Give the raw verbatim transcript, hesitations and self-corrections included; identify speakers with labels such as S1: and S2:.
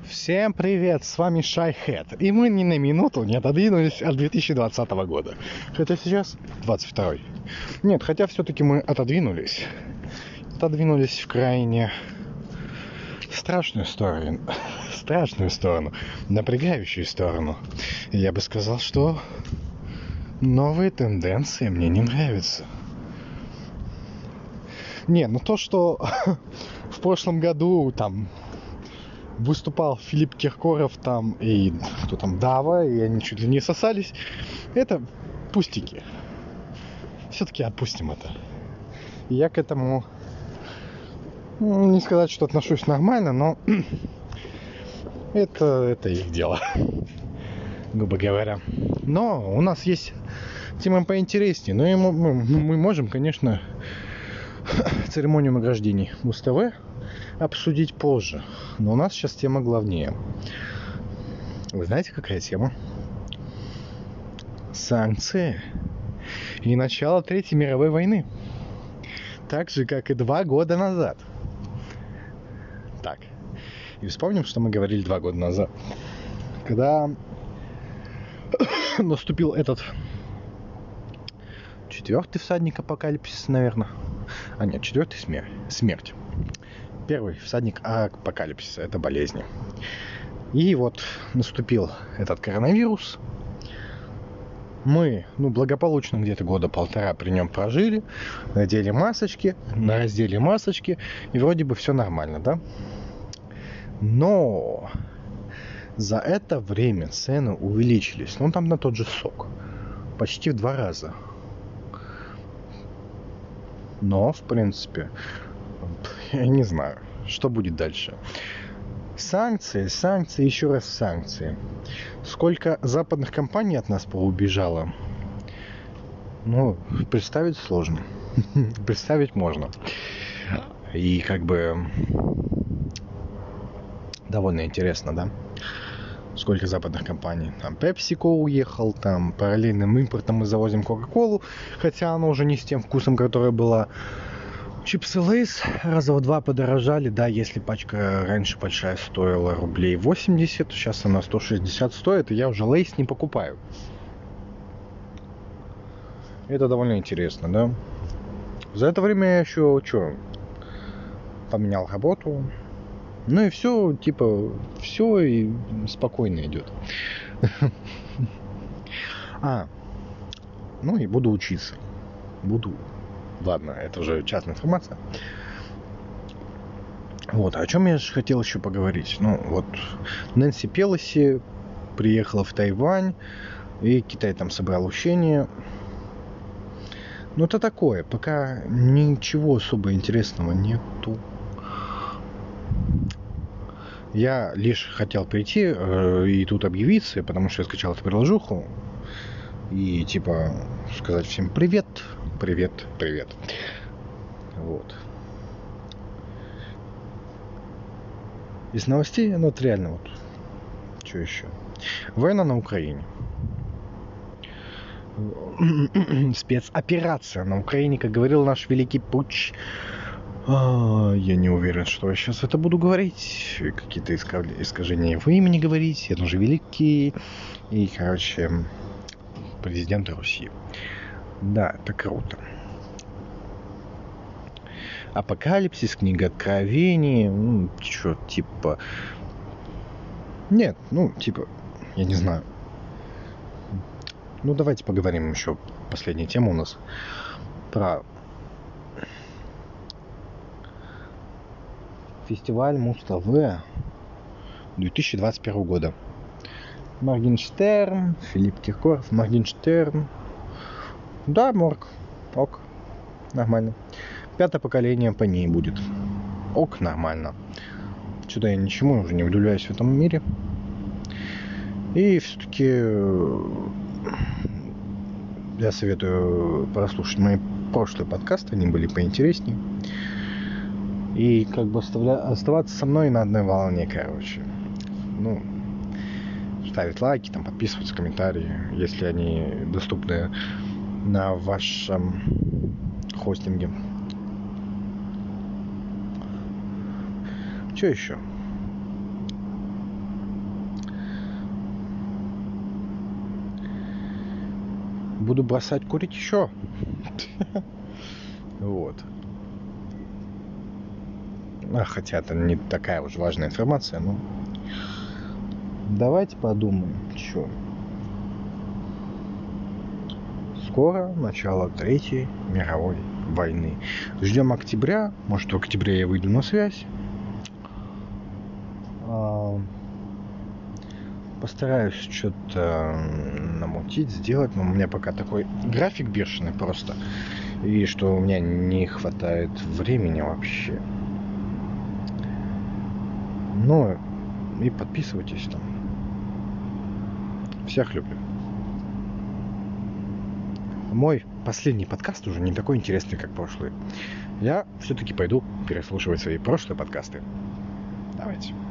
S1: Всем привет, с вами Шайхед. И мы ни на минуту не отодвинулись от две тысячи двадцатого года. Хотя сейчас двадцать второй. Нет, хотя все-таки мы отодвинулись. Отодвинулись в крайне страшную сторону. Страшную сторону. Напрягающую сторону. И я бы сказал, что новые тенденции мне не нравятся. Не, ну то, что в прошлом году там выступал Филипп Киркоров там и кто там, Дава, и они чуть ли не сосались, это пустяки. Все-таки отпустим это. И я к этому, ну, не сказать, что отношусь нормально, но это, это их дело, грубо говоря. Но у нас есть тема поинтереснее. Но мы, мы, мы можем, конечно, церемонию награждений Муз-ТВ обсудить позже. Но у нас сейчас тема главнее. Вы знаете, какая тема? Санкции и начало Третьей мировой войны. Так же, как и два года назад. Так. И вспомним, что мы говорили два года назад. Когда наступил этот четвертый всадник апокалипсиса, наверное. А нет, четвертый смерть. Смерть. Первый всадник апокалипсиса — это болезни. И вот наступил этот коронавирус. Мы, ну, благополучно где-то года полтора при нем прожили, надели масочки, раздели масочки, и вроде бы все нормально, да? Но за это время цены увеличились. Ну, там на тот же сок. Почти в два раза. Но, в принципе, я не знаю, что будет дальше. Санкции, санкции, еще раз санкции. Сколько западных компаний от нас поубежало, ну, представить сложно. Представить можно. И как бы довольно интересно, да? Сколько западных компаний. Там PepsiCo уехал, там параллельным импортом мы завозим Coca-Cola, хотя она уже не с тем вкусом, которая была. Чипсы Лейс раза в два подорожали, да, если пачка раньше большая стоила рублей восемьдесят, сейчас она сто шестьдесят стоит, и я уже Лейс не покупаю. Это довольно интересно, да? За это время я еще, что, поменял работу. Ну и все, типа, все и спокойно идет. А, ну и буду учиться. Буду. Ладно, это уже частная информация. Вот, о чем я же хотел еще поговорить. Ну, вот, Нэнси Пелоси приехала в Тайвань, и Китай там собрал учения. Ну, это такое, пока ничего особо интересного нету. Я лишь хотел прийти э, и тут объявиться, потому что я скачал эту приложуху. И типа сказать всем привет, привет, привет. Вот. Из новостей, ну вот реально вот. Что еще? Война на Украине. Спецоперация на Украине, как говорил наш великий Путч. А, я не уверен, что я сейчас это буду говорить. Какие-то искажения в имени говорить. Я тоже великий. И, короче, президент Руси. Да, это круто. Апокалипсис, книга Откровений. Ну, что, типа... Нет, ну, типа, я не знаю. Ну, давайте поговорим еще. Последняя тема у нас. Про... фестиваль Муз-ТВ две тысячи двадцать первого года. Моргенштерн, Филипп Киркоров, Моргенштерн. Да, Морг. Ок. Нормально. Пятое поколение по ней будет. Ок, нормально. Что-то я ничему уже не удивляюсь в этом мире. И все-таки я советую прослушать мои прошлые подкасты. Они были поинтереснее. И как бы оставля... оставаться со мной на одной волне, короче. Ну, ставить лайки, там, подписываться, комментарии, если они доступны на вашем хостинге. Что еще? буду бросать курить еще. Вот. А, хотя это не такая уж важная информация, но... Давайте подумаем, что. Скоро начало Третьей мировой войны. Ждем октября. Может, в октябре я выйду на связь. Постараюсь что-то намутить, сделать, но у меня пока такой график бешеный просто. И что у меня не хватает времени вообще. Ну, и подписывайтесь там. Всех люблю. Мой последний подкаст уже не такой интересный, как прошлый. Я все-таки пойду переслушивать свои прошлые подкасты. Давайте.